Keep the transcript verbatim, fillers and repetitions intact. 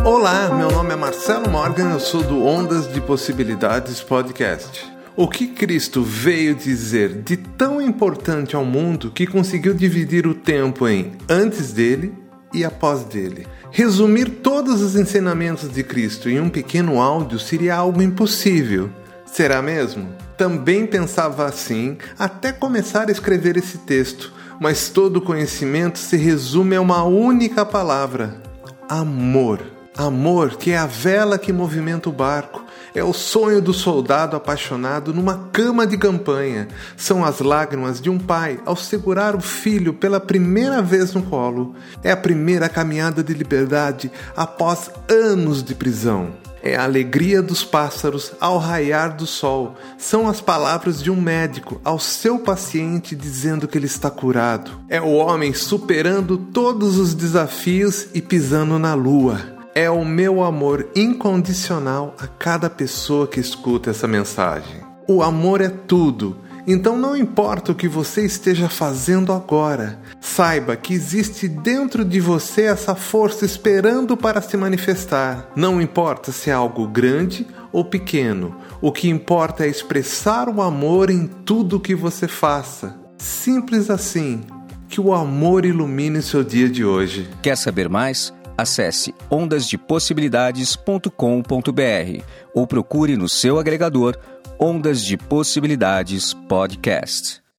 Olá, meu nome é Marcelo Morgan, eu sou do Ondas de Possibilidades Podcast. O que Cristo veio dizer de tão importante ao mundo que conseguiu dividir o tempo em antes dele e após dele? Resumir todos os ensinamentos de Cristo em um pequeno áudio seria algo impossível. Será mesmo? Também pensava assim até começar a escrever esse texto, mas todo conhecimento se resume a uma única palavra: amor. Amor, que é a vela que movimenta o barco, é o sonho do soldado apaixonado numa cama de campanha. São as lágrimas de um pai ao segurar o filho pela primeira vez no colo. É a primeira caminhada de liberdade após anos de prisão. É a alegria dos pássaros ao raiar do sol. São as palavras de um médico ao seu paciente dizendo que ele está curado. É o homem superando todos os desafios e pisando na lua. É o meu amor incondicional a cada pessoa que escuta essa mensagem. O amor é tudo, então não importa o que você esteja fazendo agora, saiba que existe dentro de você essa força esperando para se manifestar. Não importa se é algo grande ou pequeno, o que importa é expressar o amor em tudo que você faça. Simples assim. Que o amor ilumine o seu dia de hoje. Quer saber mais? Acesse ondas de possibilidades ponto com ponto b r ou procure no seu agregador Ondas de Possibilidades Podcast.